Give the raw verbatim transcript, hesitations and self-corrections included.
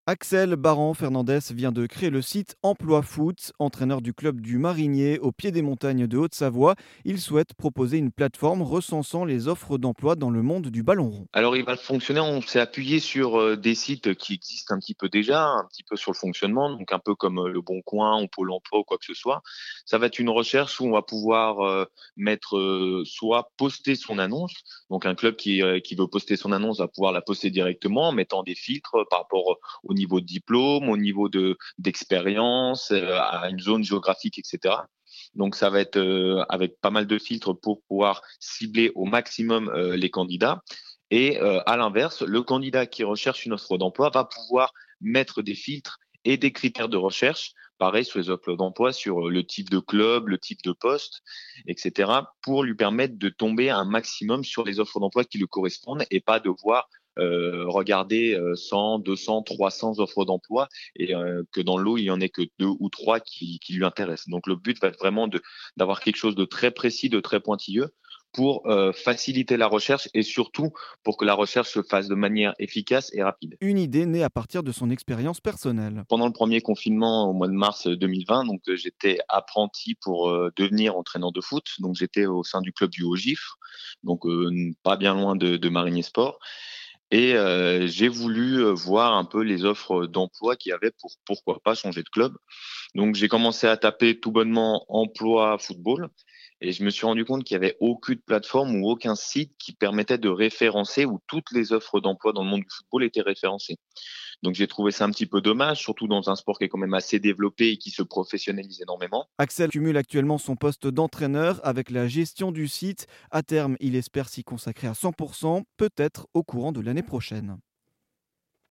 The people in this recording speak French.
Axel Baran-Fernandez vient de créer le site Emploi Foot. Entraîneur du club du Marinier au pied des montagnes de Haute-Savoie, il souhaite proposer une plateforme recensant les offres d'emploi dans le monde du ballon rond. Alors, il va fonctionner, on s'est appuyé sur euh, des sites qui existent un petit peu déjà, un petit peu sur le fonctionnement, donc un peu comme euh, Le Bon Coin ou Pôle emploi ou quoi que ce soit. Ça va être une recherche où on va pouvoir euh, mettre euh, soit poster son annonce, donc un club qui, euh, qui veut poster son annonce va pouvoir la poster directement en mettant des filtres par rapport au niveau de diplôme, au niveau de d'expérience, euh, à une zone géographique, et cetera. Donc ça va être euh, avec pas mal de filtres pour pouvoir cibler au maximum euh, les candidats. Et euh, à l'inverse, le candidat qui recherche une offre d'emploi va pouvoir mettre des filtres et des critères de recherche, pareil sur les offres d'emploi, sur le type de club, le type de poste, et cetera, pour lui permettre de tomber un maximum sur les offres d'emploi qui lui correspondent et pas devoir euh, regarder euh, cent, deux cents, trois cents offres d'emploi et euh, que dans l'eau, il y en ait que deux ou trois qui, qui lui intéressent. Donc le but va être vraiment de, d'avoir quelque chose de très précis, de très pointilleux pour euh, faciliter la recherche et surtout pour que la recherche se fasse de manière efficace et rapide. Une idée née à partir de son expérience personnelle. Pendant le premier confinement au mois de mars deux mille vingt, donc euh, j'étais apprenti pour euh, devenir entraîneur de foot. Donc j'étais au sein du club du Haut-Gifre, donc euh, pas bien loin de, de Marigny Sport. Et euh, j'ai voulu euh, voir un peu les offres d'emploi qu'il y avait pour pourquoi pas changer de club. Donc j'ai commencé à taper tout bonnement emploi football et je me suis rendu compte qu'il y avait aucune plateforme ou aucun site qui permettait de référencer où toutes les offres d'emploi dans le monde du football étaient référencées. Donc j'ai trouvé ça un petit peu dommage, surtout dans un sport qui est quand même assez développé et qui se professionnalise énormément. Axel cumule actuellement son poste d'entraîneur avec la gestion du site. À terme, il espère s'y consacrer à cent pour cent, peut-être au courant de l'année prochaine.